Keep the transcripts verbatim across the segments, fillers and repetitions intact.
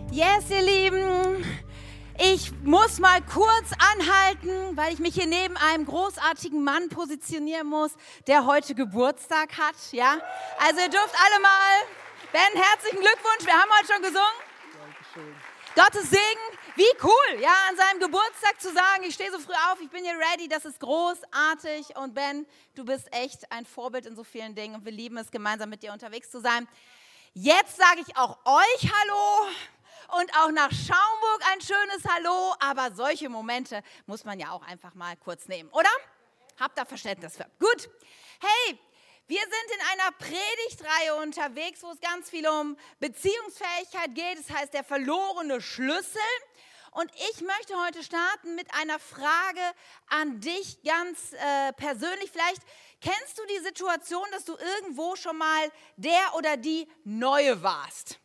Yes, ihr Lieben, ich muss mal kurz anhalten, weil ich mich hier neben einem großartigen Mann positionieren muss, der heute Geburtstag hat. Ja? Also ihr dürft alle mal, Ben, herzlichen Glückwunsch, wir haben heute schon gesungen. Dankeschön. Gottes Segen, wie cool, ja, an seinem Geburtstag zu sagen, ich stehe so früh auf, ich bin hier ready, das ist großartig. Und Ben, du bist echt ein Vorbild in so vielen Dingen und wir lieben es, gemeinsam mit dir unterwegs zu sein. Jetzt sage ich auch euch Hallo. Und auch nach Schaumburg ein schönes Hallo, aber solche Momente muss man ja auch einfach mal kurz nehmen, oder? Habt da Verständnis für. Gut, hey, wir sind in einer Predigtreihe unterwegs, wo es ganz viel um Beziehungsfähigkeit geht, das heißt der verlorene Schlüssel. Und ich möchte heute starten mit einer Frage an dich ganz äh, persönlich. Vielleicht kennst du die Situation, dass du irgendwo schon mal der oder die Neue warst.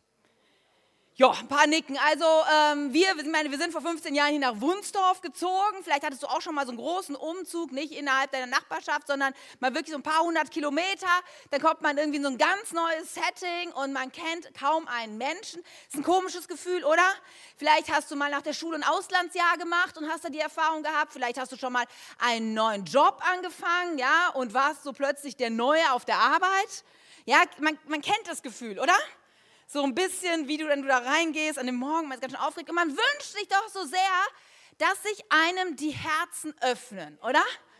Ja, ein paar nicken. Also ähm, wir, ich meine, wir sind vor fünfzehn Jahren hier nach Wunstorf gezogen. Vielleicht hattest du auch schon mal so einen großen Umzug, nicht innerhalb deiner Nachbarschaft, sondern mal wirklich so ein paar hundert Kilometer. Dann kommt man irgendwie in so ein ganz neues Setting und man kennt kaum einen Menschen. Das ist ein komisches Gefühl, oder? Vielleicht hast du mal nach der Schule ein Auslandsjahr gemacht und hast da die Erfahrung gehabt. Vielleicht hast du schon mal einen neuen Job angefangen, ja, und warst so plötzlich der Neue auf der Arbeit. Ja, man, man kennt das Gefühl, oder? So ein bisschen, wie du, wenn du da reingehst an dem Morgen, man ist ganz schön aufgeregt. Und man wünscht sich doch so sehr, dass sich einem die Herzen öffnen, oder?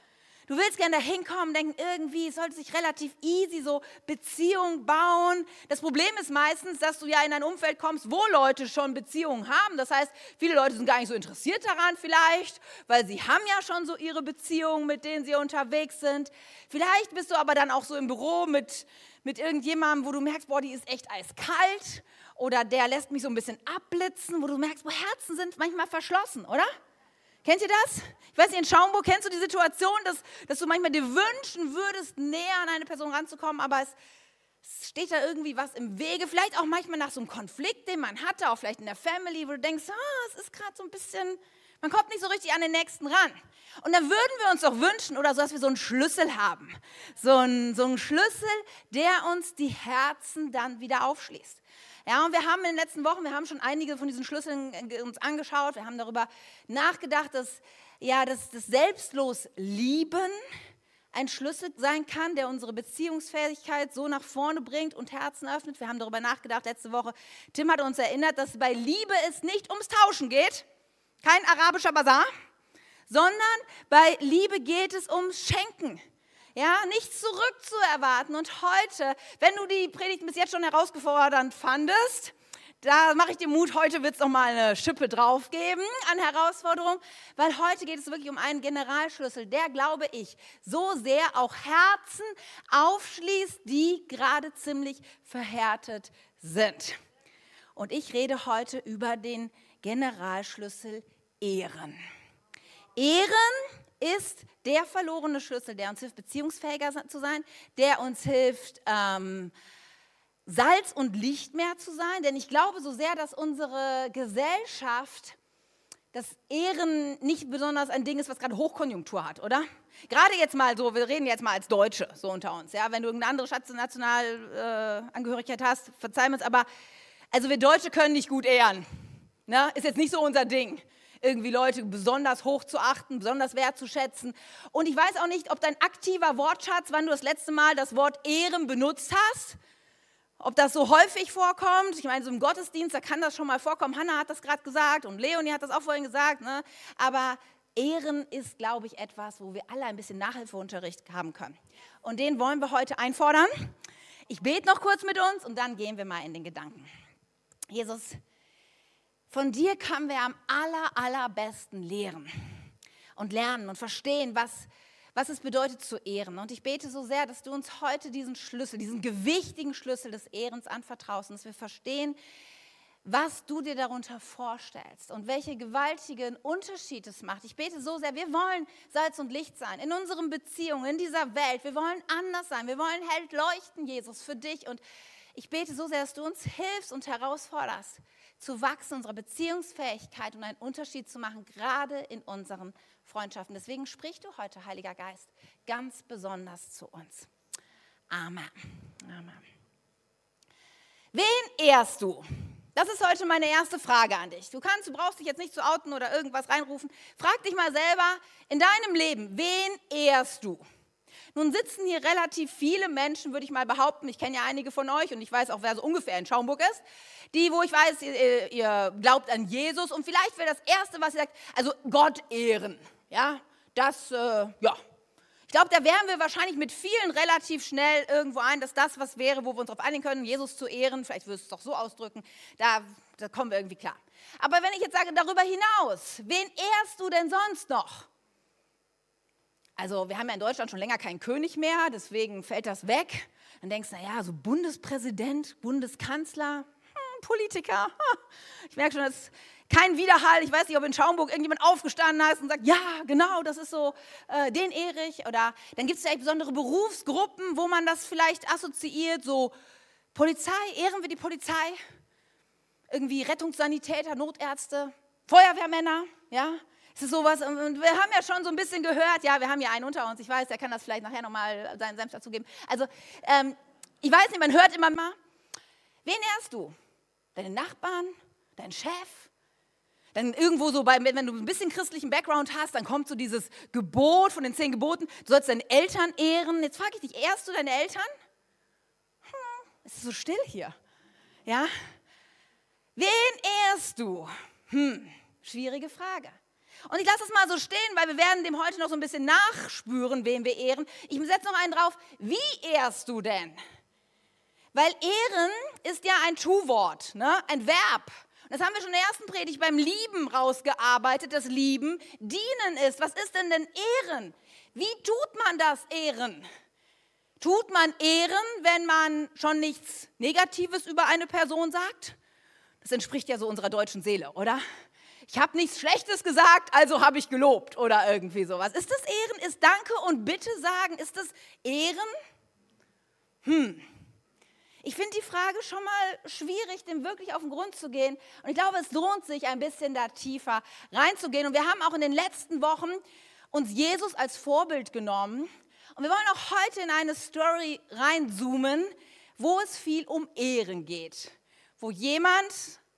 Du willst gerne da hinkommen, denken, irgendwie sollte sich relativ easy so Beziehungen bauen. Das Problem ist meistens, dass du ja in ein Umfeld kommst, wo Leute schon Beziehungen haben. Das heißt, viele Leute sind gar nicht so interessiert daran vielleicht, weil sie haben ja schon so ihre Beziehungen, mit denen sie unterwegs sind. Vielleicht bist du aber dann auch so im Büro mit, mit irgendjemandem, wo du merkst, boah, die ist echt eiskalt. Oder der lässt mich so ein bisschen abblitzen, wo du merkst, boah, Herzen sind manchmal verschlossen, oder? Kennt ihr das? Ich weiß nicht, in Schaumburg kennst du die Situation, dass, dass du manchmal dir wünschen würdest, näher an eine Person ranzukommen, aber es, es steht da irgendwie was im Wege. Vielleicht auch manchmal nach so einem Konflikt, den man hatte, auch vielleicht in der Family, wo du denkst, ah, es ist gerade so ein bisschen, man kommt nicht so richtig an den Nächsten ran. Und dann würden wir uns doch wünschen, oder so, dass wir so einen Schlüssel haben. So einen, so einen Schlüssel, der uns die Herzen dann wieder aufschließt. Ja, und wir haben in den letzten Wochen, wir haben schon einige von diesen Schlüsseln uns angeschaut, wir haben darüber nachgedacht, dass ja, dass das selbstlos Lieben ein Schlüssel sein kann, der unsere Beziehungsfähigkeit so nach vorne bringt und Herzen öffnet. Wir haben darüber nachgedacht letzte Woche. Tim hat uns erinnert, dass bei Liebe es nicht ums Tauschen geht, kein arabischer Basar, sondern bei Liebe geht es ums Schenken. Ja, nichts zurückzuerwarten. Und heute, wenn du die Predigt bis jetzt schon herausfordernd fandest, da mache ich dir Mut, heute wird es nochmal eine Schippe drauf geben an Herausforderung, weil heute geht es wirklich um einen Generalschlüssel, der, glaube ich, so sehr auch Herzen aufschließt, die gerade ziemlich verhärtet sind. Und ich rede heute über den Generalschlüssel Ehren. Ehren ist der verlorene Schlüssel, der uns hilft, beziehungsfähiger zu sein, der uns hilft, ähm, Salz und Licht mehr zu sein. Denn ich glaube so sehr, dass unsere Gesellschaft das Ehren nicht besonders ein Ding ist, was gerade Hochkonjunktur hat, oder? Gerade jetzt mal so, wir reden jetzt mal als Deutsche so unter uns. Ja? Wenn du irgendeine andere Staatsnationalangehörigkeit äh, hast, verzeih mir es, aber also wir Deutsche können nicht gut ehren. Ne? Ist jetzt nicht so unser Ding, irgendwie Leute besonders hoch zu achten, besonders wertzuschätzen. Und ich weiß auch nicht, ob dein aktiver Wortschatz, wann du das letzte Mal das Wort Ehren benutzt hast, ob das so häufig vorkommt. Ich meine, so im Gottesdienst, da kann das schon mal vorkommen. Hannah hat das gerade gesagt und Leonie hat das auch vorhin gesagt. Ne? Aber Ehren ist, glaube ich, etwas, wo wir alle ein bisschen Nachhilfeunterricht haben können. Und den wollen wir heute einfordern. Ich bete noch kurz mit uns und dann gehen wir mal in den Gedanken. Jesus, von dir können wir am aller, allerbesten lehren und lernen und verstehen, was, was es bedeutet zu ehren. Und ich bete so sehr, dass du uns heute diesen Schlüssel, diesen gewichtigen Schlüssel des Ehrens anvertraust und dass wir verstehen, was du dir darunter vorstellst und welche gewaltigen Unterschied es macht. Ich bete so sehr, wir wollen Salz und Licht sein in unseren Beziehungen, in dieser Welt. Wir wollen anders sein, wir wollen hell leuchten, Jesus, für dich. Und ich bete so sehr, dass du uns hilfst und herausforderst, zu wachsen, unserer Beziehungsfähigkeit und einen Unterschied zu machen, gerade in unseren Freundschaften. Deswegen sprich du heute, Heiliger Geist, ganz besonders zu uns. Amen. Amen. Wen ehrst du? Das ist heute meine erste Frage an dich. Du kannst, du brauchst dich jetzt nicht zu outen oder irgendwas reinrufen. Frag dich mal selber, in deinem Leben, wen ehrst du? Nun sitzen hier relativ viele Menschen, würde ich mal behaupten, ich kenne ja einige von euch und ich weiß auch, wer so ungefähr in Schaumburg ist, die, wo ich weiß, ihr, ihr glaubt an Jesus und vielleicht wäre das Erste, was ihr sagt, also Gott ehren. Ja, das, äh, ja. Ich glaube, da wären wir wahrscheinlich mit vielen relativ schnell irgendwo ein, dass das was wäre, wo wir uns darauf einigen können, Jesus zu ehren, vielleicht würdest du es doch so ausdrücken, da, da kommen wir irgendwie klar. Aber wenn ich jetzt sage, darüber hinaus, wen ehrst du denn sonst noch? Also wir haben ja in Deutschland schon länger keinen König mehr, deswegen fällt das weg. Dann denkst du, naja, so Bundespräsident, Bundeskanzler, hm, Politiker. Hm. Ich merke schon, das ist kein Widerhall. Ich weiß nicht, ob in Schaumburg irgendjemand aufgestanden ist und sagt, ja, genau, das ist so, äh, den ehre ich. Oder dann gibt es vielleicht besondere Berufsgruppen, wo man das vielleicht assoziiert, so Polizei, ehren wir die Polizei? Irgendwie Rettungssanitäter, Notärzte, Feuerwehrmänner, ja. Es ist sowas, und wir haben ja schon so ein bisschen gehört, ja, wir haben ja einen unter uns, ich weiß, der kann das vielleicht nachher nochmal seinen Senf dazu geben. Also, ähm, ich weiß nicht, man hört immer mal, wen ehrst du? Deine Nachbarn? Dein Chef? Dann irgendwo so, bei, wenn du ein bisschen christlichen Background hast, dann kommt so dieses Gebot von den zehn Geboten, du sollst deine Eltern ehren. Jetzt frage ich dich, ehrst du deine Eltern? Hm, es ist so still hier. Ja? Wen ehrst du? Hm, schwierige Frage. Und ich lasse es mal so stehen, weil wir werden dem heute noch so ein bisschen nachspüren, wen wir ehren. Ich setze noch einen drauf, wie ehrst du denn? Weil ehren ist ja ein Tu-Wort, ne? Ein Verb. Und das haben wir schon in der ersten Predigt beim Lieben rausgearbeitet, dass Lieben dienen ist. Was ist denn denn Ehren? Wie tut man das Ehren? Tut man Ehren, wenn man schon nichts Negatives über eine Person sagt? Das entspricht ja so unserer deutschen Seele, oder? Ich habe nichts Schlechtes gesagt, also habe ich gelobt oder irgendwie sowas. Ist das Ehren? Ist Danke und Bitte sagen? Ist das Ehren? Hm. Ich finde die Frage schon mal schwierig, dem wirklich auf den Grund zu gehen. Und ich glaube, es lohnt sich, ein bisschen da tiefer reinzugehen. Und wir haben auch in den letzten Wochen uns Jesus als Vorbild genommen. Und wir wollen auch heute in eine Story reinzoomen, wo es viel um Ehren geht. Wo jemand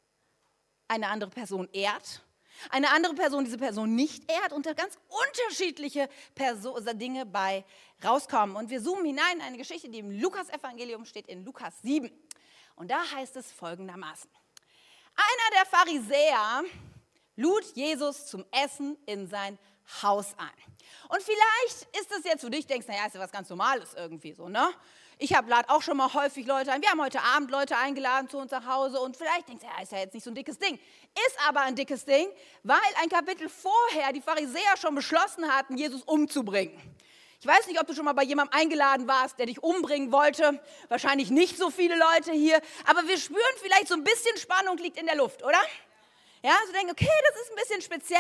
eine andere Person ehrt, eine andere Person diese Person nicht ehrt und da ganz unterschiedliche Person, Dinge bei rauskommen. Und wir zoomen hinein in eine Geschichte, die im Lukas-Evangelium steht, in Lukas sieben. Und da heißt es folgendermaßen. Einer der Pharisäer lud Jesus zum Essen in sein Haus ein. Und vielleicht ist das jetzt für dich, denkst, naja, ist ja was ganz Normales irgendwie so, ne? Ich habe lade auch schon mal häufig Leute ein. Wir haben heute Abend Leute eingeladen zu uns nach Hause und vielleicht denkst du, ja, ist ja jetzt nicht so ein dickes Ding. Ist aber ein dickes Ding, weil ein Kapitel vorher die Pharisäer schon beschlossen hatten, Jesus umzubringen. Ich weiß nicht, ob du schon mal bei jemandem eingeladen warst, der dich umbringen wollte. Wahrscheinlich nicht so viele Leute hier. Aber wir spüren vielleicht so ein bisschen Spannung liegt in der Luft, oder? Ja, so denken, okay, das ist ein bisschen speziell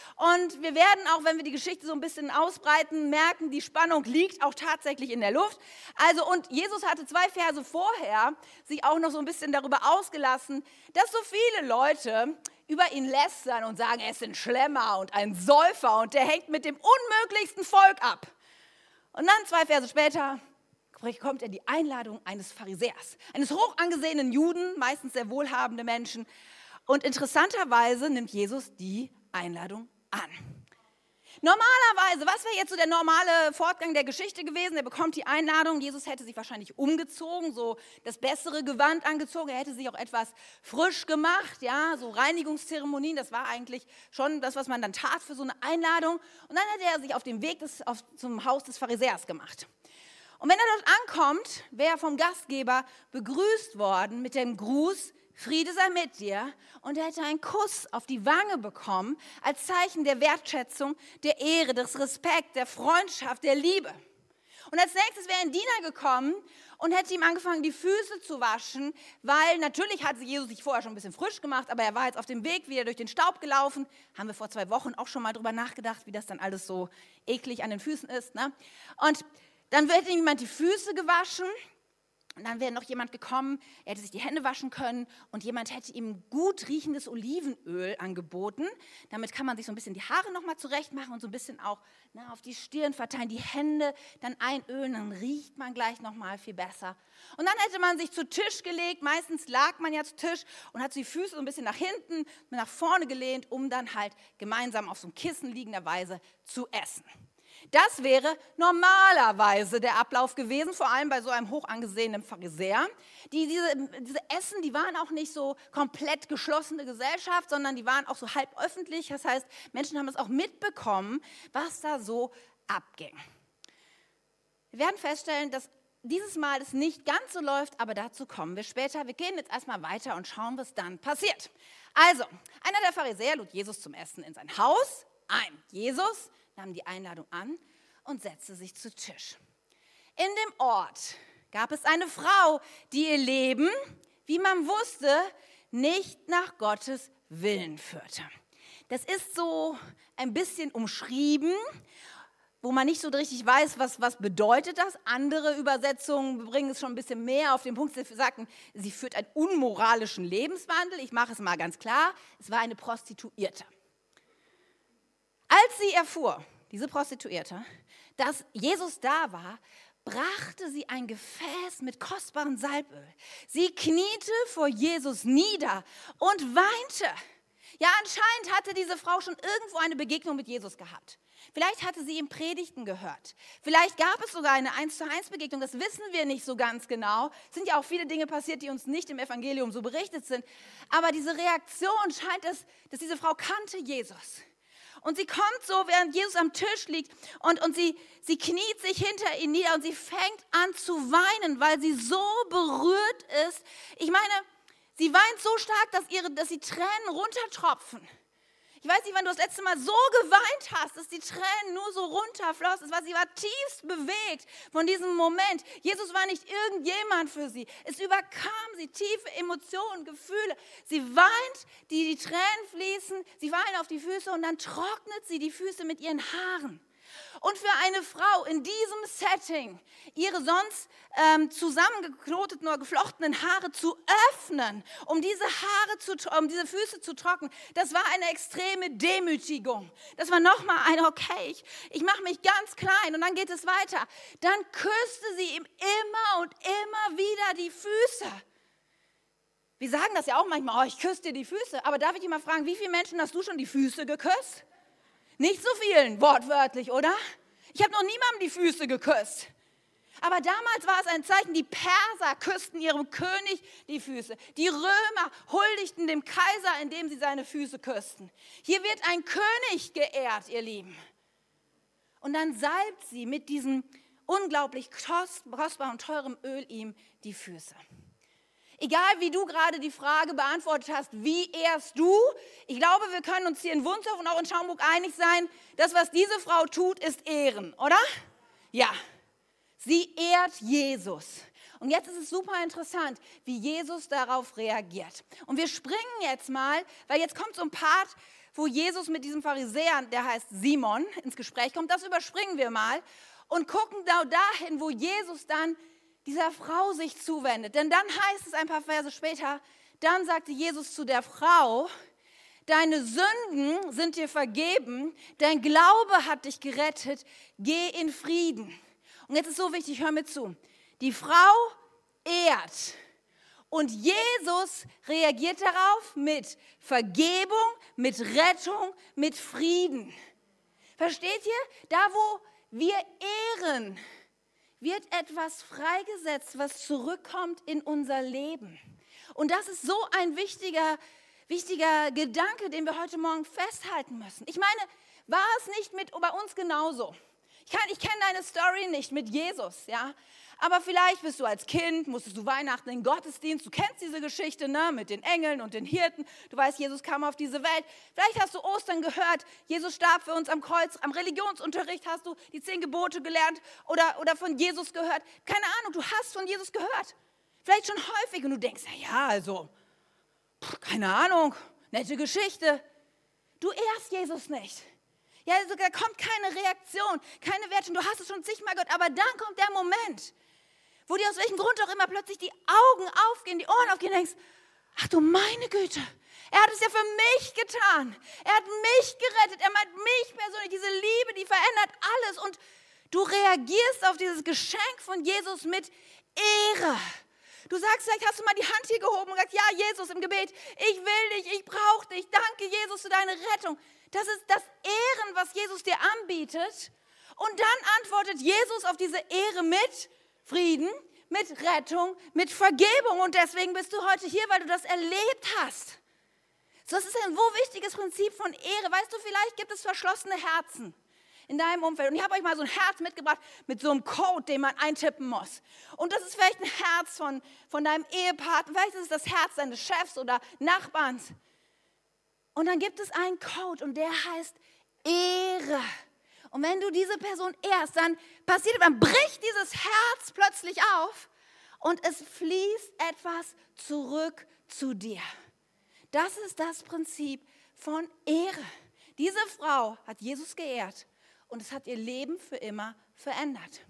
und wir werden auch, wenn wir die Geschichte so ein bisschen ausbreiten, merken, die Spannung liegt auch tatsächlich in der Luft. Also und Jesus hatte zwei Verse vorher sich auch noch so ein bisschen darüber ausgelassen, dass so viele Leute über ihn lästern und sagen, er ist ein Schlemmer und ein Säufer und der hängt mit dem unmöglichsten Volk ab. Und dann zwei Verse später bekommt er die Einladung eines Pharisäers, eines hoch angesehenen Juden, meistens sehr wohlhabende Menschen. Und interessanterweise nimmt Jesus die Einladung an. Normalerweise, was wäre jetzt so der normale Fortgang der Geschichte gewesen? Er bekommt die Einladung, Jesus hätte sich wahrscheinlich umgezogen, so das bessere Gewand angezogen, er hätte sich auch etwas frisch gemacht, ja, so Reinigungszeremonien, das war eigentlich schon das, was man dann tat für so eine Einladung. Und dann hätte er sich auf den Weg des, auf, zum Haus des Pharisäers gemacht. Und wenn er dort ankommt, wäre er vom Gastgeber begrüßt worden mit dem Gruß, Friede sei mit dir, und er hätte einen Kuss auf die Wange bekommen, als Zeichen der Wertschätzung, der Ehre, des Respekts, der Freundschaft, der Liebe. Und als nächstes wäre ein Diener gekommen und hätte ihm angefangen, die Füße zu waschen, weil natürlich hatte Jesus sich vorher schon ein bisschen frisch gemacht, aber er war jetzt auf dem Weg wieder durch den Staub gelaufen. Haben wir vor zwei Wochen auch schon mal drüber nachgedacht, wie das dann alles so eklig an den Füßen ist, ne? Und dann hätte ihm jemand die Füße gewaschen. Und dann wäre noch jemand gekommen, er hätte sich die Hände waschen können und jemand hätte ihm gut riechendes Olivenöl angeboten. Damit kann man sich so ein bisschen die Haare nochmal zurecht machen und so ein bisschen auch na, auf die Stirn verteilen, die Hände dann einölen, dann riecht man gleich nochmal viel besser. Und dann hätte man sich zu Tisch gelegt, meistens lag man ja zu Tisch und hat so die Füße so ein bisschen nach hinten, nach vorne gelehnt, um dann halt gemeinsam auf so einem Kissen liegenderweise zu essen. Das wäre normalerweise der Ablauf gewesen, vor allem bei so einem hoch angesehenen Pharisäer. Die, diese, diese Essen, die waren auch nicht so komplett geschlossene Gesellschaft, sondern die waren auch so halb öffentlich. Das heißt, Menschen haben es auch mitbekommen, was da so abging. Wir werden feststellen, dass dieses Mal es nicht ganz so läuft, aber dazu kommen wir später. Wir gehen jetzt erstmal weiter und schauen, was dann passiert. Also, einer der Pharisäer lud Jesus zum Essen in sein Haus ein. Jesus nahm die Einladung an und setzte sich zu Tisch. In dem Ort gab es eine Frau, die ihr Leben, wie man wusste, nicht nach Gottes Willen führte. Das ist so ein bisschen umschrieben, wo man nicht so richtig weiß, was, was bedeutet das. Andere Übersetzungen bringen es schon ein bisschen mehr auf den Punkt. Sie sagten, sie führt einen unmoralischen Lebenswandel. Ich mache es mal ganz klar, es war eine Prostituierte. Als sie erfuhr, diese Prostituierte, dass Jesus da war, brachte sie ein Gefäß mit kostbarem Salböl. Sie kniete vor Jesus nieder und weinte. Ja, anscheinend hatte diese Frau schon irgendwo eine Begegnung mit Jesus gehabt. Vielleicht hatte sie ihm Predigten gehört. Vielleicht gab es sogar eine eins zu eins Begegnung, das wissen wir nicht so ganz genau. Es sind ja auch viele Dinge passiert, die uns nicht im Evangelium so berichtet sind. Aber diese Reaktion scheint es, dass diese Frau kannte Jesus. Und sie kommt so, während Jesus am Tisch liegt und, und sie, sie kniet sich hinter ihn nieder und sie fängt an zu weinen, weil sie so berührt ist. Ich meine, sie weint so stark, dass, ihre, dass die Tränen runtertropfen. Ich weiß nicht, wann du das letzte Mal so geweint hast, dass die Tränen nur so runterflossen. Sie war tiefst bewegt von diesem Moment. Jesus war nicht irgendjemand für sie. Es überkam sie, tiefe Emotionen, Gefühle. Sie weint, die, die Tränen fließen, sie fallen auf die Füße und dann trocknet sie die Füße mit ihren Haaren. Und für eine Frau in diesem Setting, ihre sonst ähm, zusammengeknoteten oder geflochtenen Haare zu öffnen, um diese Haare zu, um diese Füße zu trocknen, das war eine extreme Demütigung. Das war nochmal ein, okay, ich, ich mache mich ganz klein und dann geht es weiter. Dann küsste sie ihm immer und immer wieder die Füße. Wir sagen das ja auch manchmal, oh, ich küsse dir die Füße. Aber darf ich dich mal fragen, wie viele Menschen hast du schon die Füße geküsst? Nicht so vielen, wortwörtlich, oder? Ich habe noch niemandem die Füße geküsst. Aber damals war es ein Zeichen, die Perser küssten ihrem König die Füße. Die Römer huldigten dem Kaiser, indem sie seine Füße küssten. Hier wird ein König geehrt, ihr Lieben. Und dann salbt sie mit diesem unglaublich kostbaren und teuren Öl ihm die Füße. Egal, wie du gerade die Frage beantwortet hast, wie ehrst du? Ich glaube, wir können uns hier in Wunstorf und auch in Schaumburg einig sein, das, was diese Frau tut, ist Ehren, oder? Ja, sie ehrt Jesus. Und jetzt ist es super interessant, wie Jesus darauf reagiert. Und wir springen jetzt mal, weil jetzt kommt so ein Part, wo Jesus mit diesem Pharisäer, der heißt Simon, ins Gespräch kommt. Das überspringen wir mal und gucken da dahin, wo Jesus dann dieser Frau sich zuwendet. Denn dann heißt es ein paar Verse später, dann sagte Jesus zu der Frau, deine Sünden sind dir vergeben, dein Glaube hat dich gerettet, geh in Frieden. Und jetzt ist so wichtig, hör mir zu. Die Frau ehrt und Jesus reagiert darauf mit Vergebung, mit Rettung, mit Frieden. Versteht ihr? Da, wo wir ehren, wird etwas freigesetzt, was zurückkommt in unser Leben. Und das ist so ein wichtiger, wichtiger Gedanke, den wir heute Morgen festhalten müssen. Ich meine, war es nicht mit bei uns genauso? Ich, kann, ich kenne deine Story nicht mit Jesus, ja. Aber vielleicht bist du als Kind, musstest du Weihnachten in den Gottesdienst, du kennst diese Geschichte, ne, mit den Engeln und den Hirten. Du weißt, Jesus kam auf diese Welt. Vielleicht hast du Ostern gehört, Jesus starb für uns am Kreuz. Am Religionsunterricht hast du die zehn Gebote gelernt oder, oder von Jesus gehört. Keine Ahnung, du hast von Jesus gehört. Vielleicht schon häufig und du denkst, na ja, also, pff, keine Ahnung, nette Geschichte. Du ehrst Jesus nicht. Ja, also, da kommt keine Reaktion, keine Wertung. Du hast es schon zigmal gehört, aber dann kommt der Moment, wo dir aus welchem Grund auch immer plötzlich die Augen aufgehen, die Ohren aufgehen und denkst, ach du meine Güte, er hat es ja für mich getan. Er hat mich gerettet, er meint mich persönlich. Diese Liebe, die verändert alles. Und du reagierst auf dieses Geschenk von Jesus mit Ehre. Du sagst, vielleicht hast du mal die Hand hier gehoben und gesagt, ja Jesus im Gebet, ich will dich, ich brauche dich, danke Jesus für deine Rettung. Das ist das Ehren, was Jesus dir anbietet. Und dann antwortet Jesus auf diese Ehre mit Frieden, mit Rettung, mit Vergebung. Und deswegen bist du heute hier, weil du das erlebt hast. Das ist ein so wichtiges Prinzip von Ehre. Weißt du, vielleicht gibt es verschlossene Herzen in deinem Umfeld. Und ich habe euch mal so ein Herz mitgebracht mit so einem Code, den man eintippen muss. Und das ist vielleicht ein Herz von, von deinem Ehepartner. Vielleicht ist es das Herz deines Chefs oder Nachbarns. Und dann gibt es einen Code und der heißt Ehre. Und wenn du diese Person ehrst, dann passiert, dann bricht dieses Herz plötzlich auf und es fließt etwas zurück zu dir. Das ist das Prinzip von Ehre. Diese Frau hat Jesus geehrt und es hat ihr Leben für immer verändert.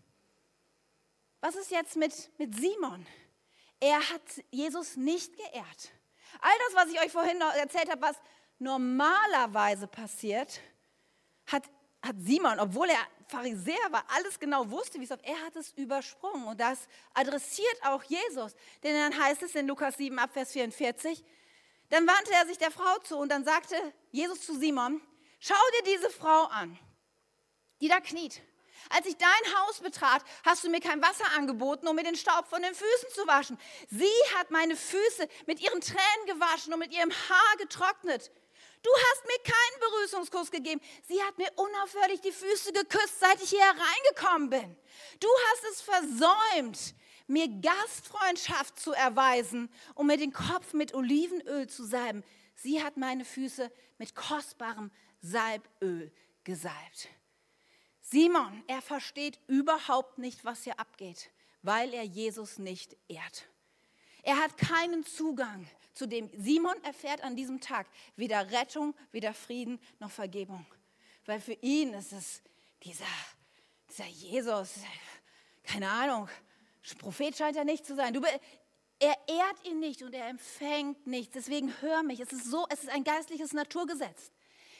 Was ist jetzt mit, mit Simon? Er hat Jesus nicht geehrt. All das, was ich euch vorhin noch erzählt habe, was normalerweise passiert, hat, hat Simon, obwohl er Pharisäer war, alles genau wusste, wie es auf, er hat es übersprungen. Und das adressiert auch Jesus. Denn dann heißt es in Lukas sieben, ab Vers vierundvierzig, dann wandte er sich der Frau zu und dann sagte Jesus zu Simon, schau dir diese Frau an, die da kniet. Als ich dein Haus betrat, hast du mir kein Wasser angeboten, um mir den Staub von den Füßen zu waschen. Sie hat meine Füße mit ihren Tränen gewaschen und mit ihrem Haar getrocknet. Du hast mir keinen Begrüßungskuss gegeben. Sie hat mir unaufhörlich die Füße geküsst, seit ich hier hereingekommen bin. Du hast es versäumt, mir Gastfreundschaft zu erweisen, um mir den Kopf mit Olivenöl zu salben. Sie hat meine Füße mit kostbarem Salböl gesalbt. Simon, er versteht überhaupt nicht, was hier abgeht, weil er Jesus nicht ehrt. Er hat keinen Zugang zu dem. Simon erfährt an diesem Tag weder Rettung, weder Frieden noch Vergebung. Weil für ihn ist es dieser, dieser Jesus, keine Ahnung, Prophet scheint er nicht zu sein. Du, er ehrt ihn nicht und er empfängt nichts. Deswegen hör mich, es ist so, es ist ein geistliches Naturgesetz.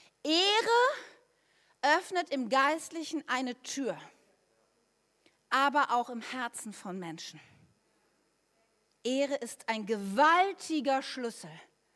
Ehre öffnet im Geistlichen eine Tür, aber auch im Herzen von Menschen. Ehre ist ein gewaltiger Schlüssel.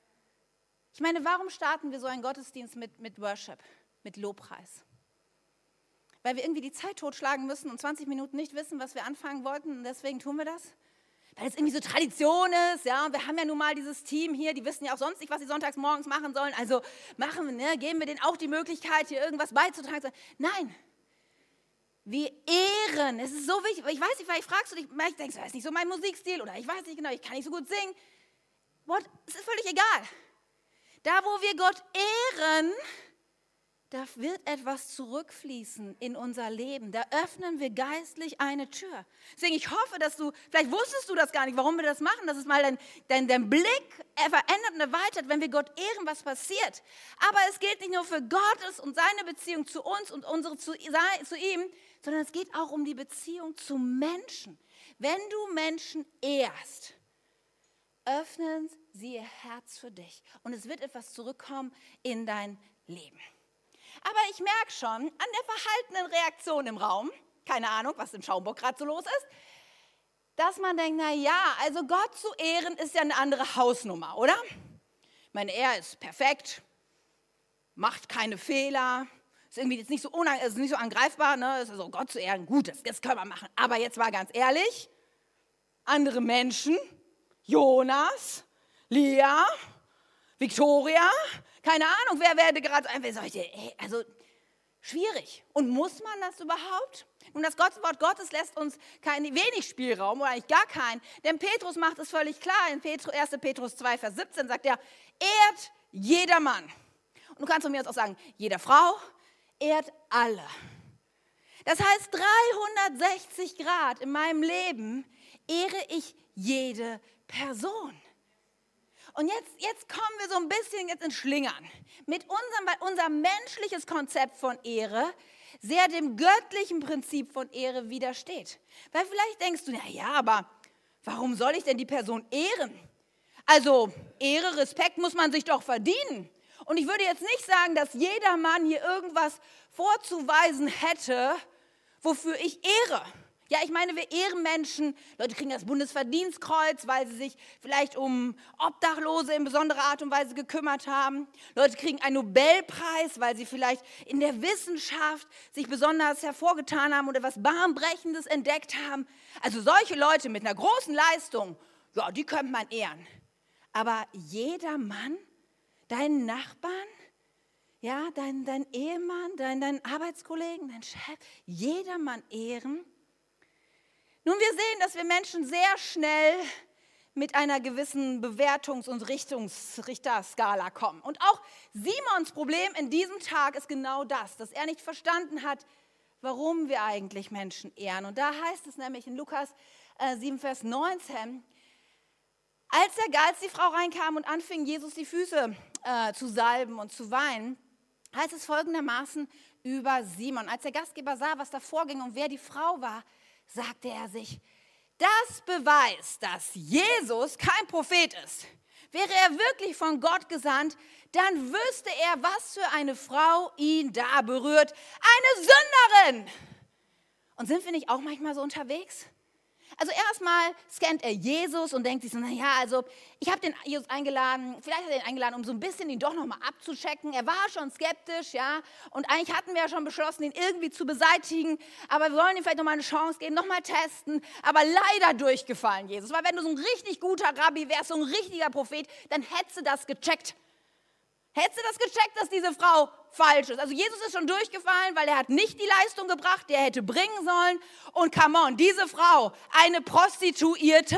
Ich meine, warum starten wir so einen Gottesdienst mit, mit Worship, mit Lobpreis? Weil wir irgendwie die Zeit totschlagen müssen und zwanzig Minuten nicht wissen, was wir anfangen wollten und deswegen tun wir das? Weil es irgendwie so Tradition ist, ja, und wir haben ja nun mal dieses Team hier, die wissen ja auch sonst nicht, was sie sonntags morgens machen sollen, also machen wir, ne, geben wir denen auch die Möglichkeit, hier irgendwas beizutragen. Nein, wir ehren, es ist so wichtig, ich weiß nicht, vielleicht fragst du dich, vielleicht denkst du, das ist nicht so mein Musikstil oder ich weiß nicht genau, ich kann nicht so gut singen. What? Es ist völlig egal. Da, wo wir Gott ehren, da wird etwas zurückfließen in unser Leben. Da öffnen wir geistlich eine Tür. Deswegen, ich hoffe, dass du, vielleicht wusstest du das gar nicht, warum wir das machen, dass es mal dein, dein, dein Blick verändert und erweitert, wenn wir Gott ehren, was passiert. Aber es gilt nicht nur für Gottes und seine Beziehung zu uns und unsere zu, zu ihm, sondern es geht auch um die Beziehung zu Menschen. Wenn du Menschen ehrst, öffnen sie ihr Herz für dich und es wird etwas zurückkommen in dein Leben. Aber ich merke schon an der verhaltenen Reaktion im Raum, keine Ahnung, was in Schaumburg gerade so los ist, dass man denkt, na ja, also Gott zu ehren ist ja eine andere Hausnummer, oder? Ich meine, er ist perfekt, macht keine Fehler, ist irgendwie jetzt nicht so, unang- ist nicht so angreifbar, ne? Ist also Gott zu ehren, gut, das, das können wir machen. Aber jetzt mal ganz ehrlich, andere Menschen, Jonas, Lia, Victoria, keine Ahnung, wer werde gerade, also schwierig. Und muss man das überhaupt? Und das Wort Gottes lässt uns kein, wenig Spielraum oder eigentlich gar keinen. Denn Petrus macht es völlig klar. In erster Petrus zwei, Vers siebzehn sagt er, ehrt jedermann. Und du kannst von mir aus auch sagen, jeder Frau ehrt alle. Das heißt, dreihundertsechzig Grad in meinem Leben ehre ich jede Person. Und jetzt, jetzt kommen wir so ein bisschen jetzt ins Schlingern. Mit unserem, weil unser menschliches Konzept von Ehre sehr dem göttlichen Prinzip von Ehre widersteht. Weil vielleicht denkst du, na ja, aber warum soll ich denn die Person ehren? Also Ehre, Respekt muss man sich doch verdienen. Und ich würde jetzt nicht sagen, dass jeder Mann hier irgendwas vorzuweisen hätte, wofür ich ehre. Ja, ich meine, wir ehren Menschen. Leute kriegen das Bundesverdienstkreuz, weil sie sich vielleicht um Obdachlose in besonderer Art und Weise gekümmert haben. Leute kriegen einen Nobelpreis, weil sie vielleicht in der Wissenschaft sich besonders hervorgetan haben oder etwas Bahnbrechendes entdeckt haben. Also solche Leute mit einer großen Leistung, ja, die könnte man ehren. Aber jeder Mann, deinen Nachbarn, ja, dein, dein Ehemann, dein, dein Arbeitskollegen, dein Chef, jeder Mann ehren. Nun, wir sehen, dass wir Menschen sehr schnell mit einer gewissen Bewertungs- und Richtungsrichterskala kommen. Und auch Simons Problem in diesem Tag ist genau das, dass er nicht verstanden hat, warum wir eigentlich Menschen ehren. Und da heißt es nämlich in Lukas äh, sieben, Vers neunzehn, als der Geist die Frau reinkam und anfing, Jesus die Füße äh, zu salben und zu weinen, heißt es folgendermaßen über Simon. Als der Gastgeber sah, was da vorging und wer die Frau war, sagte er sich, das beweist, dass Jesus kein Prophet ist. Wäre er wirklich von Gott gesandt, dann wüsste er, was für eine Frau ihn da berührt. Eine Sünderin! Und sind wir nicht auch manchmal so unterwegs? Also erstmal scannt er Jesus und denkt sich so, naja, also ich habe den Jesus eingeladen, vielleicht hat er ihn eingeladen, um so ein bisschen ihn doch nochmal abzuchecken. Er war schon skeptisch, ja, und eigentlich hatten wir ja schon beschlossen, ihn irgendwie zu beseitigen, aber wir wollen ihm vielleicht nochmal eine Chance geben, nochmal testen, aber leider durchgefallen, Jesus. Weil wenn du so ein richtig guter Rabbi wärst, so ein richtiger Prophet, dann hättest du das gecheckt. Hättest du das gecheckt, dass diese Frau falsch ist? Also Jesus ist schon durchgefallen, weil er hat nicht die Leistung gebracht, die er hätte bringen sollen. Und come on, diese Frau, eine Prostituierte,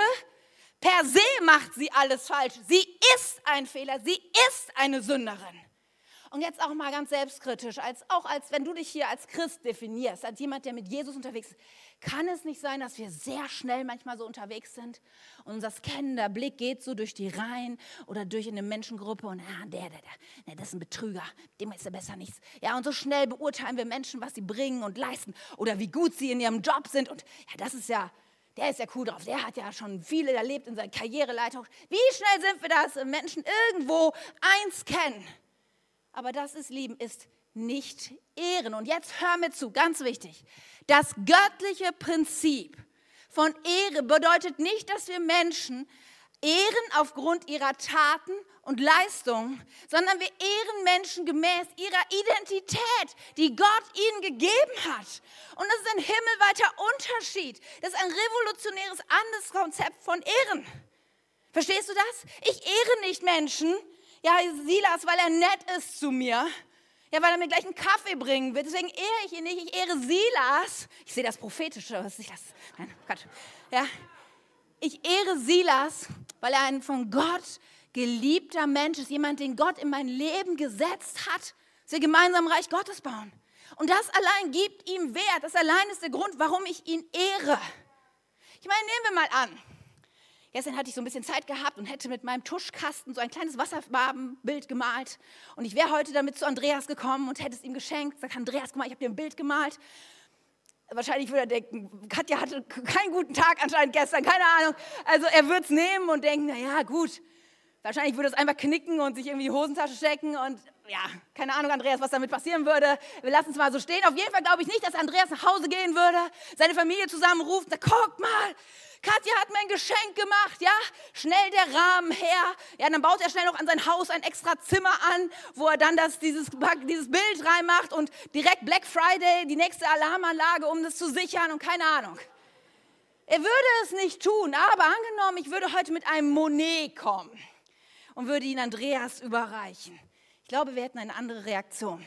per se macht sie alles falsch. Sie ist ein Fehler, sie ist eine Sünderin. Und jetzt auch mal ganz selbstkritisch, als, auch als wenn du dich hier als Christ definierst, als jemand, der mit Jesus unterwegs ist, kann es nicht sein, dass wir sehr schnell manchmal so unterwegs sind und unser scannender Blick geht so durch die Reihen oder durch eine Menschengruppe und ah, der, der, der, das ist ein Betrüger, dem ist ja besser nichts. Ja, und so schnell beurteilen wir Menschen, was sie bringen und leisten oder wie gut sie in ihrem Job sind und ja, das ist ja, der ist ja cool drauf, der hat ja schon viel erlebt in seiner Karriereleiter. Wie schnell sind wir das, Menschen irgendwo einscannen? Aber das ist Lieben, ist nicht ehren. Und jetzt hör mir zu, ganz wichtig. Das göttliche Prinzip von Ehre bedeutet nicht, dass wir Menschen ehren aufgrund ihrer Taten und Leistungen, sondern wir ehren Menschen gemäß ihrer Identität, die Gott ihnen gegeben hat. Und das ist ein himmelweiter Unterschied. Das ist ein revolutionäres anderes Konzept von Ehren. Verstehst du das? Ich ehre nicht Menschen, ja, Silas, weil er nett ist zu mir. Ja, weil er mir gleich einen Kaffee bringen wird. Deswegen ehre ich ihn nicht. Ich ehre Silas. Ich sehe das Prophetische. Was Silas? Nein, Gott. Ja. Ich ehre Silas, weil er ein von Gott geliebter Mensch ist. Jemand, den Gott in mein Leben gesetzt hat. Dass wir gemeinsam Reich Gottes bauen. Und das allein gibt ihm Wert. Das allein ist der Grund, warum ich ihn ehre. Ich meine, nehmen wir mal an. Gestern hatte ich so ein bisschen Zeit gehabt und hätte mit meinem Tuschkasten so ein kleines Wasserfarbenbild gemalt. Und ich wäre heute damit zu Andreas gekommen und hätte es ihm geschenkt. Sagt, Andreas, guck mal, ich habe dir ein Bild gemalt. Wahrscheinlich würde er denken, Katja hatte keinen guten Tag anscheinend gestern, keine Ahnung. Also er würde es nehmen und denken, naja, gut. Wahrscheinlich würde es einfach knicken und sich irgendwie in die Hosentasche stecken und ja, keine Ahnung, Andreas, was damit passieren würde. Wir lassen es mal so stehen. Auf jeden Fall glaube ich nicht, dass Andreas nach Hause gehen würde, seine Familie zusammenruft und sagt, guck mal, Katja hat mir ein Geschenk gemacht, ja, schnell der Rahmen her. Ja, dann baut er schnell noch an sein Haus ein extra Zimmer an, wo er dann das, dieses, dieses Bild reinmacht und direkt Black Friday, die nächste Alarmanlage, um das zu sichern und keine Ahnung. Er würde es nicht tun, aber angenommen, ich würde heute mit einem Monet kommen und würde ihn Andreas überreichen. Ich glaube, wir hätten eine andere Reaktion.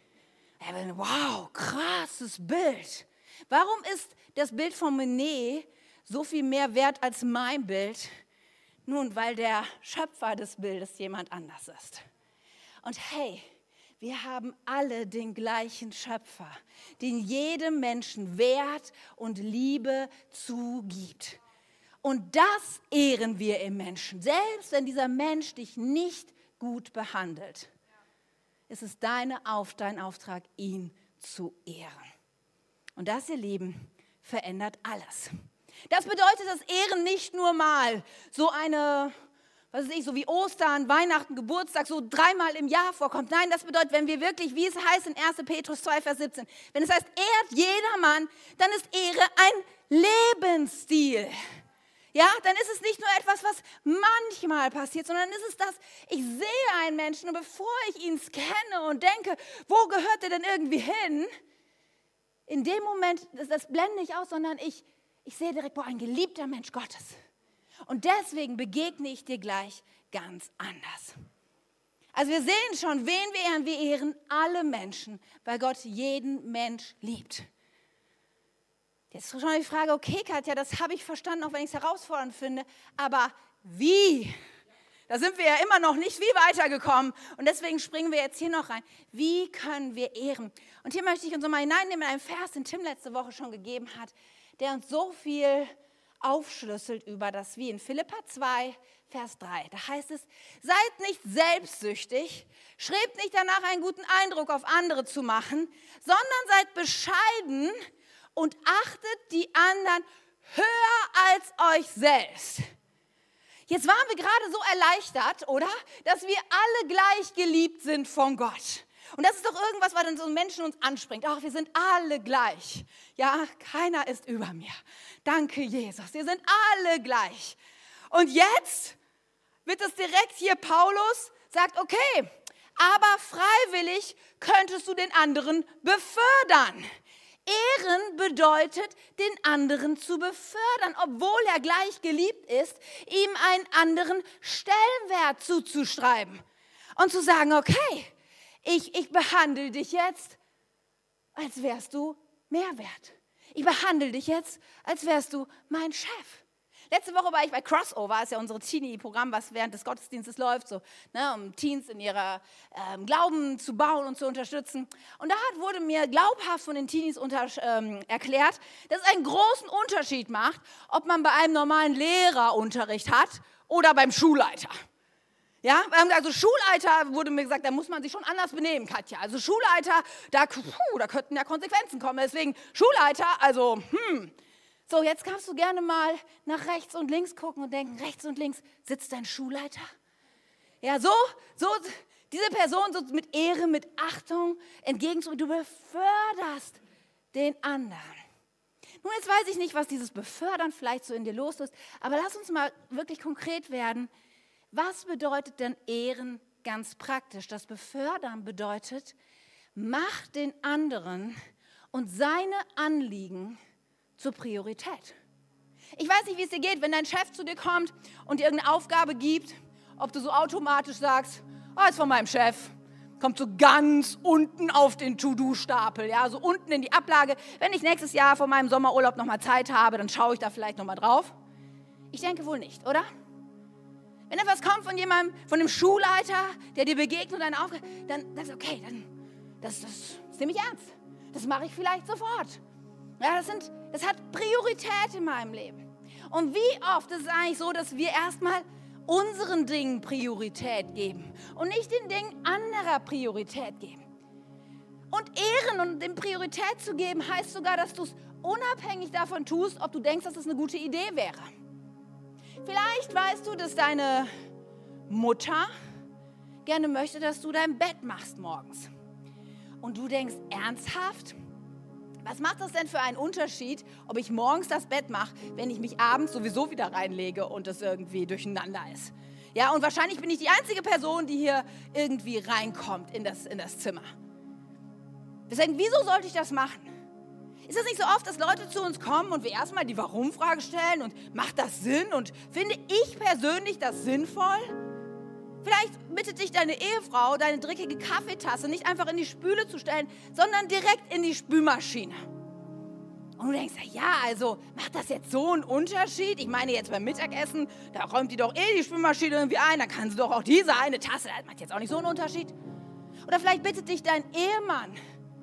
Er würde, wow, krasses Bild. Warum ist das Bild von Monet so viel mehr wert als mein Bild? Nun, weil der Schöpfer des Bildes jemand anders ist. Und hey, wir haben alle den gleichen Schöpfer, den jedem Menschen Wert und Liebe zugibt. Und das ehren wir im Menschen. Selbst wenn dieser Mensch dich nicht gut behandelt, ist es deine Auf, dein Auftrag, ihn zu ehren. Und das, ihr Lieben, verändert alles. Das bedeutet, dass Ehren nicht nur mal so eine, was weiß ich, so wie Ostern, Weihnachten, Geburtstag, so dreimal im Jahr vorkommt. Nein, das bedeutet, wenn wir wirklich, wie es heißt in erster Petrus zwei, Vers siebzehn, wenn es heißt, ehrt jedermann, dann ist Ehre ein Lebensstil. Ja, dann ist es nicht nur etwas, was manchmal passiert, sondern ist es das, ich sehe einen Menschen und bevor ich ihn scanne und denke, wo gehört er denn irgendwie hin? In dem Moment, das, das blende ich aus, sondern ich, ich sehe direkt, boah, ein geliebter Mensch Gottes. Und deswegen begegne ich dir gleich ganz anders. Also wir sehen schon, wen wir ehren. Wir ehren alle Menschen, weil Gott jeden Mensch liebt. Jetzt ist schon die Frage, okay Katja, das habe ich verstanden, auch wenn ich es herausfordernd finde, aber wie? Da sind wir ja immer noch nicht viel weitergekommen und deswegen springen wir jetzt hier noch rein. Wie können wir ehren? Und hier möchte ich uns mal hineinnehmen in einen Vers, den Tim letzte Woche schon gegeben hat, der uns so viel aufschlüsselt über das Wie. In Philipper zwei, Vers drei, da heißt es, seid nicht selbstsüchtig, strebt nicht danach, einen guten Eindruck auf andere zu machen, sondern seid bescheiden und achtet die anderen höher als euch selbst. Jetzt waren wir gerade so erleichtert, oder? Dass wir alle gleich geliebt sind von Gott. Und das ist doch irgendwas, was in so Menschen uns anspringt. Ach, wir sind alle gleich. Ja, keiner ist über mir. Danke, Jesus. Wir sind alle gleich. Und jetzt wird es direkt hier, Paulus sagt, okay, aber freiwillig könntest du den anderen befördern. Ehren bedeutet, den anderen zu befördern, obwohl er gleich geliebt ist, ihm einen anderen Stellenwert zuzuschreiben und zu sagen, okay, ich, ich behandle dich jetzt, als wärst du mehr wert. Ich behandle dich jetzt, als wärst du mein Chef. Letzte Woche war ich bei Crossover, das ist ja unser Teenie-Programm, was während des Gottesdienstes läuft, so, ne, um Teens in ihrer ähm, Glauben zu bauen und zu unterstützen. Und da hat, wurde mir glaubhaft von den Teenies unter, ähm, erklärt, dass es einen großen Unterschied macht, ob man bei einem normalen Lehrerunterricht hat oder beim Schulleiter. Ja, also Schulleiter wurde mir gesagt, da muss man sich schon anders benehmen, Katja. Also Schulleiter, da, puh, da könnten ja Konsequenzen kommen. Deswegen Schulleiter, also hm. So, jetzt kannst du gerne mal nach rechts und links gucken und denken, rechts und links sitzt dein Schulleiter. Ja, so, so diese Person so mit Ehre, mit Achtung entgegenzubringen. Du beförderst den anderen. Nun, jetzt weiß ich nicht, was dieses Befördern vielleicht so in dir los ist, aber lass uns mal wirklich konkret werden. Was bedeutet denn Ehren ganz praktisch? Das Befördern bedeutet, mach den anderen und seine Anliegen zur Priorität. Ich weiß nicht, wie es dir geht, wenn dein Chef zu dir kommt und dir irgendeine Aufgabe gibt, ob du so automatisch sagst, oh, ist von meinem Chef, kommt so ganz unten auf den To-Do-Stapel, ja, so unten in die Ablage. Wenn ich nächstes Jahr vor meinem Sommerurlaub nochmal Zeit habe, dann schaue ich da vielleicht nochmal drauf. Ich denke wohl nicht, oder? Wenn etwas kommt von jemandem, von dem Schulleiter, der dir begegnet und eine Aufgabe, dann das ist okay, dann das, das ist ziemlich ernst. Das mache ich vielleicht sofort. Ja, das, sind, das hat Priorität in meinem Leben. Und wie oft ist es eigentlich so, dass wir erstmal unseren Dingen Priorität geben und nicht den Dingen anderer Priorität geben. Und Ehren und dem Priorität zu geben, heißt sogar, dass du es unabhängig davon tust, ob du denkst, dass es eine gute Idee wäre. Vielleicht weißt du, dass deine Mutter gerne möchte, dass du dein Bett machst morgens. Und du denkst, ernsthaft? Was macht das denn für einen Unterschied, ob ich morgens das Bett mache, wenn ich mich abends sowieso wieder reinlege und es irgendwie durcheinander ist? Ja, und wahrscheinlich bin ich die einzige Person, die hier irgendwie reinkommt in das, in das Zimmer. Deswegen, wieso sollte ich das machen? Ist es nicht so oft, dass Leute zu uns kommen und wir erstmal die Warum-Frage stellen und macht das Sinn und finde ich persönlich das sinnvoll? Vielleicht bittet dich deine Ehefrau, deine dreckige Kaffeetasse nicht einfach in die Spüle zu stellen, sondern direkt in die Spülmaschine. Und du denkst, ja, also macht das jetzt so einen Unterschied? Ich meine jetzt beim Mittagessen, da räumt die doch eh die Spülmaschine irgendwie ein, da kann sie doch auch diese eine Tasse, das macht jetzt auch nicht so einen Unterschied. Oder vielleicht bittet dich dein Ehemann,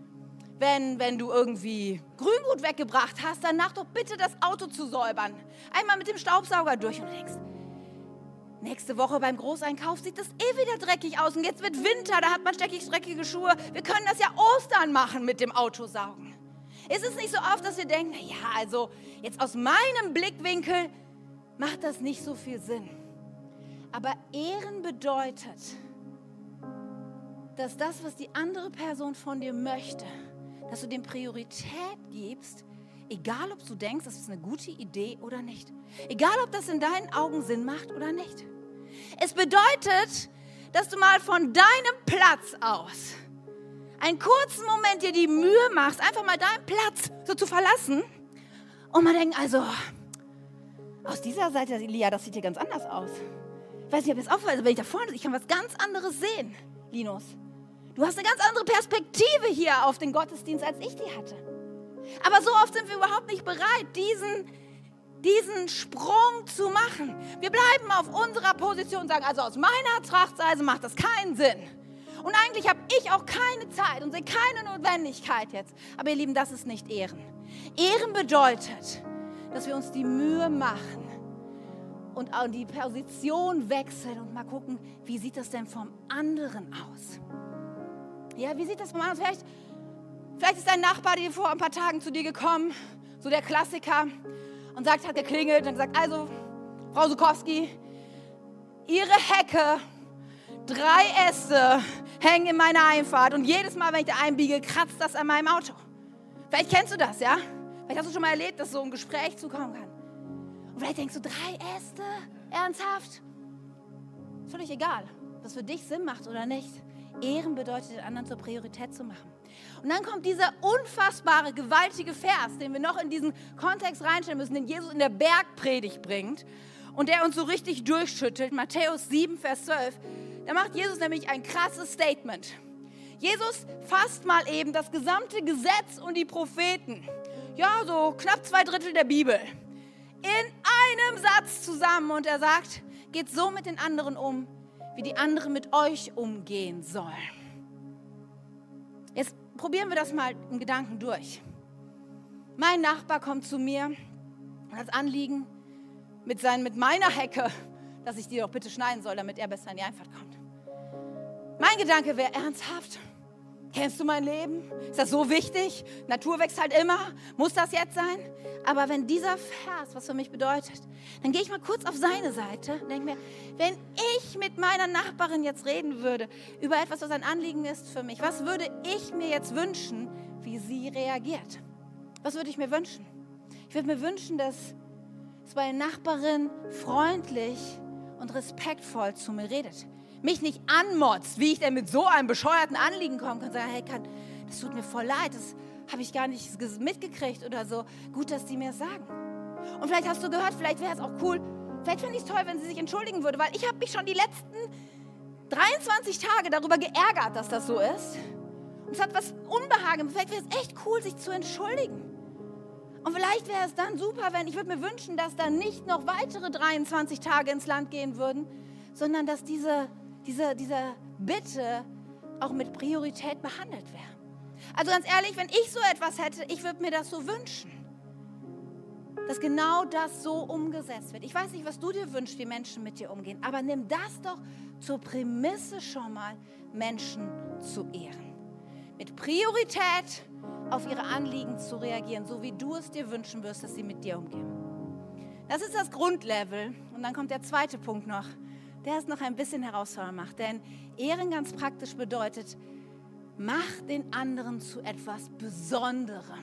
wenn, wenn du irgendwie Grüngut weggebracht hast, danach doch bitte das Auto zu säubern. Einmal mit dem Staubsauger durch und du denkst, Nächste Woche beim Großeinkauf sieht das eh wieder dreckig aus und jetzt wird Winter, da hat man steckig dreckige Schuhe. Wir können das ja Ostern machen mit dem Autosaugen. Ist es nicht so oft, dass wir denken, naja, also jetzt aus meinem Blickwinkel macht das nicht so viel Sinn. Aber Ehren bedeutet, dass das, was die andere Person von dir möchte, dass du dem Priorität gibst, egal ob du denkst, das ist eine gute Idee oder nicht. Egal ob das in deinen Augen Sinn macht oder nicht. Es bedeutet, dass du mal von deinem Platz aus einen kurzen Moment dir die Mühe machst, einfach mal deinen Platz so zu verlassen und mal denken, also aus dieser Seite, Lia, das sieht hier ganz anders aus. Ich weiß nicht, ob ihr es auffällt, also wenn ich da vorne, ich kann was ganz anderes sehen, Linus. Du hast eine ganz andere Perspektive hier auf den Gottesdienst, als ich die hatte. Aber so oft sind wir überhaupt nicht bereit, diesen, diesen Sprung zu machen. Wir bleiben auf unserer Position und sagen, also aus meiner Trachtweise macht das keinen Sinn. Und eigentlich habe ich auch keine Zeit und sehe keine Notwendigkeit jetzt. Aber ihr Lieben, das ist nicht Ehren. Ehren bedeutet, dass wir uns die Mühe machen und auch die Position wechseln und mal gucken, wie sieht das denn vom anderen aus? Ja, wie sieht das vom anderen aus? Vielleicht, vielleicht ist dein Nachbar dir vor ein paar Tagen zu dir gekommen, so der Klassiker, und sagt, hat geklingelt und gesagt, also, Frau Sukowski, Ihre Hecke, drei Äste hängen in meiner Einfahrt und jedes Mal, wenn ich da einbiege, kratzt das an meinem Auto. Vielleicht kennst du das, ja? Vielleicht hast du schon mal erlebt, dass so ein Gespräch zukommen kann. Und vielleicht denkst du, drei Äste? Ernsthaft? Völlig egal, ob das für dich Sinn macht oder nicht. Ehren bedeutet, den anderen zur Priorität zu machen. Und dann kommt dieser unfassbare, gewaltige Vers, den wir noch in diesen Kontext reinstellen müssen, den Jesus in der Bergpredigt bringt und der uns so richtig durchschüttelt. Matthäus sieben, Vers zwölf. Da macht Jesus nämlich ein krasses Statement. Jesus fasst mal eben das gesamte Gesetz und die Propheten, ja, so knapp zwei Drittel der Bibel, in einem Satz zusammen und er sagt, geht so mit den anderen um, wie die anderen mit euch umgehen sollen. Jetzt probieren wir das mal im Gedanken durch. Mein Nachbar kommt zu mir und hat das Anliegen mit, seinen, mit meiner Hecke, dass ich die doch bitte schneiden soll, damit er besser in die Einfahrt kommt. Mein Gedanke wäre ernsthaft. Kennst du mein Leben? Ist das so wichtig? Natur wächst halt immer. Muss das jetzt sein? Aber wenn dieser Vers was für mich bedeutet, dann gehe ich mal kurz auf seine Seite und denke mir, wenn ich mit meiner Nachbarin jetzt reden würde über etwas, was ein Anliegen ist für mich, was würde ich mir jetzt wünschen, wie sie reagiert? Was würde ich mir wünschen? Ich würde mir wünschen, dass, dass meine Nachbarin freundlich und respektvoll zu mir redet. Mich nicht anmotzt, wie ich denn mit so einem bescheuerten Anliegen kommen kann und sagen, hey, kann, das tut mir voll leid, das habe ich gar nicht mitgekriegt oder so. Gut, dass die mir es sagen. Und vielleicht hast du gehört, vielleicht wäre es auch cool, vielleicht fände ich es toll, wenn sie sich entschuldigen würde, weil ich habe mich schon die letzten dreiundzwanzig Tage darüber geärgert, dass das so ist. Und es hat was Unbehagen. Vielleicht wäre es echt cool, sich zu entschuldigen. Und vielleicht wäre es dann super, wenn, ich würde mir wünschen, dass dann nicht noch weitere dreiundzwanzig Tage ins Land gehen würden, sondern dass diese Diese, diese Bitte auch mit Priorität behandelt wäre. Also ganz ehrlich, wenn ich so etwas hätte, ich würde mir das so wünschen, dass genau das so umgesetzt wird. Ich weiß nicht, was du dir wünschst, wie Menschen mit dir umgehen, aber nimm das doch zur Prämisse schon mal, Menschen zu ehren. Mit Priorität auf ihre Anliegen zu reagieren, so wie du es dir wünschen wirst, dass sie mit dir umgehen. Das ist das Grundlevel. Und dann kommt der zweite Punkt noch, der es noch ein bisschen herausfordernd macht. Denn Ehren ganz praktisch bedeutet, mach den anderen zu etwas Besonderem.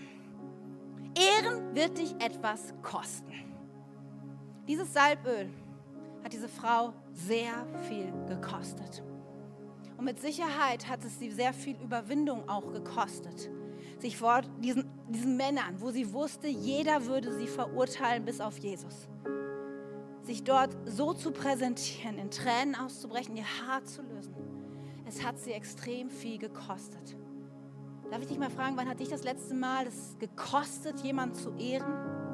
Ehren wird dich etwas kosten. Dieses Salböl hat diese Frau sehr viel gekostet. Und mit Sicherheit hat es sie sehr viel Überwindung auch gekostet, sich vor diesen, diesen Männern, wo sie wusste, jeder würde sie verurteilen bis auf Jesus, sich dort so zu präsentieren, in Tränen auszubrechen, ihr Haar zu lösen. Es hat sie extrem viel gekostet. Darf ich dich mal fragen, wann hat dich das letzte Mal es gekostet, jemanden zu ehren?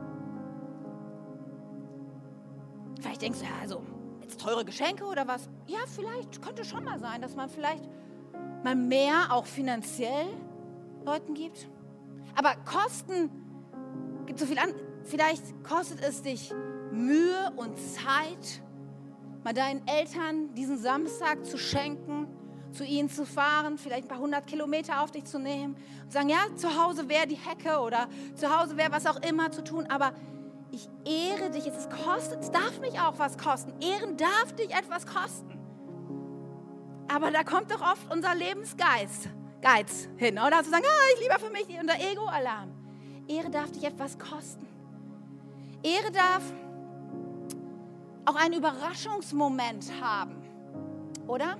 Vielleicht denkst du, ja, also jetzt teure Geschenke oder was? Ja, vielleicht, könnte schon mal sein, dass man vielleicht mal mehr auch finanziell Leuten gibt. Aber Kosten gibt so viel an. Vielleicht kostet es dich Mühe und Zeit, mal deinen Eltern diesen Samstag zu schenken, zu ihnen zu fahren, vielleicht ein paar hundert Kilometer auf dich zu nehmen und sagen, ja, zu Hause wäre die Hecke oder zu Hause wäre was auch immer zu tun, aber ich ehre dich, es kostet, es darf mich auch was kosten. Ehren darf dich etwas kosten. Aber da kommt doch oft unser Lebensgeist Geiz hin, oder? Zu sagen, ah, ich lieber für mich unser Ego-Alarm. Ehre darf dich etwas kosten. Ehre darf auch einen Überraschungsmoment haben, oder?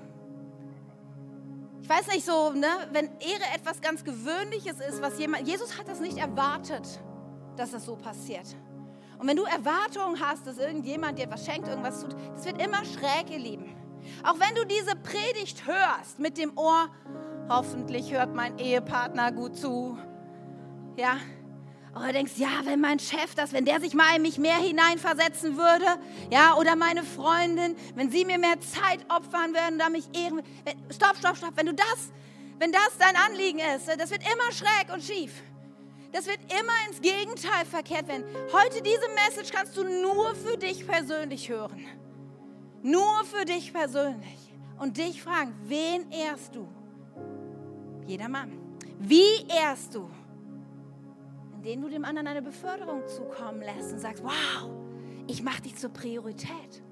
Ich weiß nicht so, ne, wenn Ehre etwas ganz Gewöhnliches ist, was jemand, Jesus hat das nicht erwartet, dass das so passiert. Und wenn du Erwartungen hast, dass irgendjemand dir etwas schenkt, irgendwas tut, das wird immer schräg, ihr Lieben. Auch wenn du diese Predigt hörst mit dem Ohr, hoffentlich hört mein Ehepartner gut zu, ja, oder du denkst, ja, wenn mein Chef das, wenn der sich mal in mich mehr hineinversetzen würde, ja, oder meine Freundin, wenn sie mir mehr Zeit opfern würden, da mich ehren, stopp, stopp, stopp, wenn du das, wenn das dein Anliegen ist, das wird immer schräg und schief. Das wird immer ins Gegenteil verkehrt werden. Heute diese Message kannst du nur für dich persönlich hören. Nur für dich persönlich. Und dich fragen, wen ehrst du? Jeder Mann. Wie ehrst du? Indem du dem anderen eine Beförderung zukommen lässt und sagst, wow, ich mache dich zur Priorität.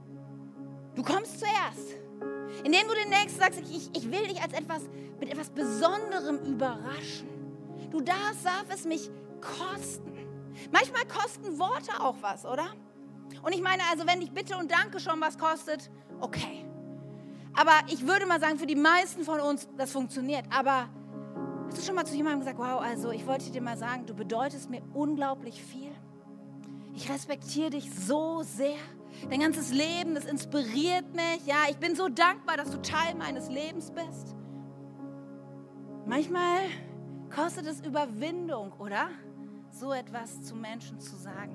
Du kommst zuerst. Indem du den Nächsten sagst, ich, ich will dich als etwas, mit etwas Besonderem überraschen. Du darfst, darf es mich kosten. Manchmal kosten Worte auch was, oder? Und ich meine, also wenn dich Bitte und Danke schon was kostet, okay. Aber ich würde mal sagen, für die meisten von uns, das funktioniert. Aber hast du schon mal zu jemandem gesagt, wow, also ich wollte dir mal sagen, du bedeutest mir unglaublich viel. Ich respektiere dich so sehr. Dein ganzes Leben, das inspiriert mich. Ja, ich bin so dankbar, dass du Teil meines Lebens bist. Manchmal kostet es Überwindung, oder? So etwas zu Menschen zu sagen.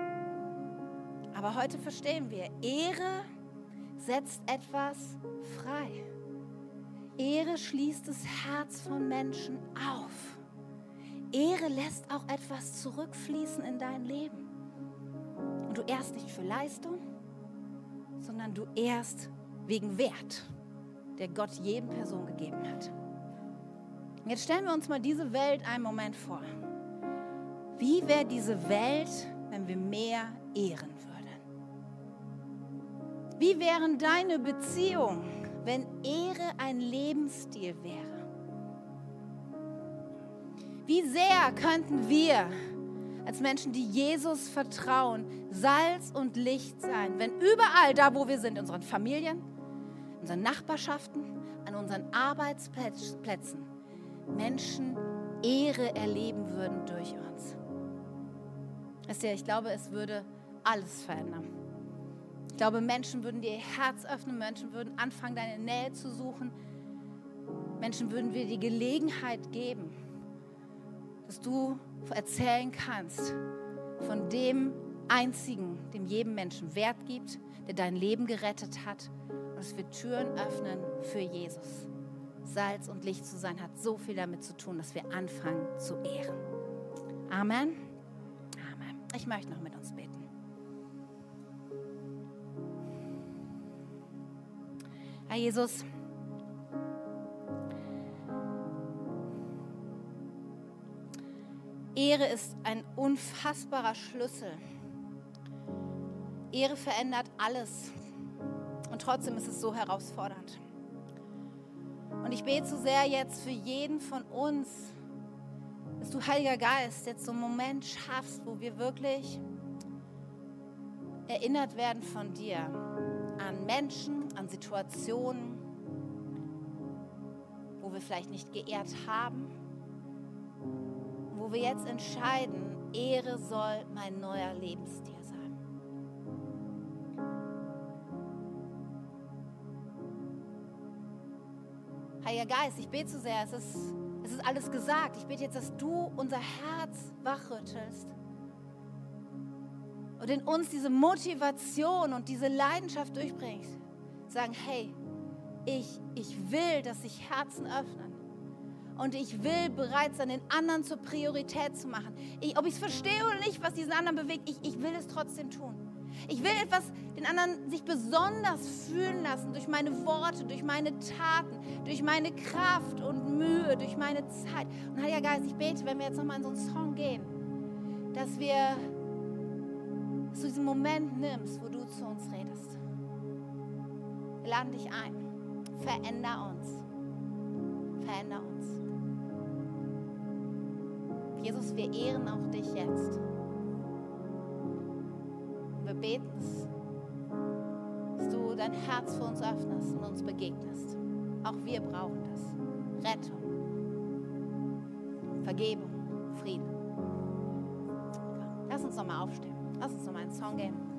Aber heute verstehen wir, Ehre setzt etwas frei. Ehre schließt das Herz von Menschen auf. Ehre lässt auch etwas zurückfließen in dein Leben. Und du ehrst nicht für Leistung, sondern du ehrst wegen Wert, der Gott jedem Person gegeben hat. Jetzt stellen wir uns mal diese Welt einen Moment vor. Wie wäre diese Welt, wenn wir mehr ehren würden? Wie wären deine Beziehungen, wenn Ehre ein Lebensstil wäre? Wie sehr könnten wir als Menschen, die Jesus vertrauen, Salz und Licht sein, wenn überall da, wo wir sind, in unseren Familien, in unseren Nachbarschaften, an unseren Arbeitsplätzen, Menschen Ehre erleben würden durch uns. Weißt du, ich glaube, es würde alles verändern. Ich glaube, Menschen würden dir ihr Herz öffnen, Menschen würden anfangen, deine Nähe zu suchen. Menschen würden dir die Gelegenheit geben, dass du erzählen kannst von dem Einzigen, dem jedem Menschen Wert gibt, der dein Leben gerettet hat. Und es wird Türen öffnen für Jesus. Salz und Licht zu sein hat so viel damit zu tun, dass wir anfangen zu ehren. Amen. Amen. Ich möchte noch mit uns beten. Herr Jesus, Ehre ist ein unfassbarer Schlüssel. Ehre verändert alles und trotzdem ist es so herausfordernd. Und ich bete so sehr jetzt für jeden von uns, dass du, Heiliger Geist, jetzt so einen Moment schaffst, wo wir wirklich erinnert werden von dir an Menschen, an Situationen, wo wir vielleicht nicht geehrt haben, wo wir jetzt entscheiden, Ehre soll mein neuer Lebensstil sein. Heiliger Geist, ich bete so sehr, es ist, es ist alles gesagt. Ich bete jetzt, dass du unser Herz wachrüttelst und in uns diese Motivation und diese Leidenschaft durchbringst. Sagen, hey, ich, ich will, dass sich Herzen öffnen. Und ich will bereit sein, den anderen zur Priorität zu machen. Ich, ob ich es verstehe oder nicht, was diesen anderen bewegt, ich, ich will es trotzdem tun. Ich will etwas, den anderen sich besonders fühlen lassen durch meine Worte, durch meine Taten, durch meine Kraft und Mühe, durch meine Zeit. Und Heiliger Geist, ich bete, wenn wir jetzt nochmal in so einen Song gehen, dass wir, dass du diesen Moment nimmst, wo du zu uns redest. Wir laden dich ein. Veränder uns. Veränder uns. Jesus, wir ehren auch dich jetzt. Wir beten es, dass du dein Herz für uns öffnest und uns begegnest. Auch wir brauchen das. Rettung, Vergebung, Frieden. Lass uns nochmal aufstehen. Lass uns nochmal einen Song gehen.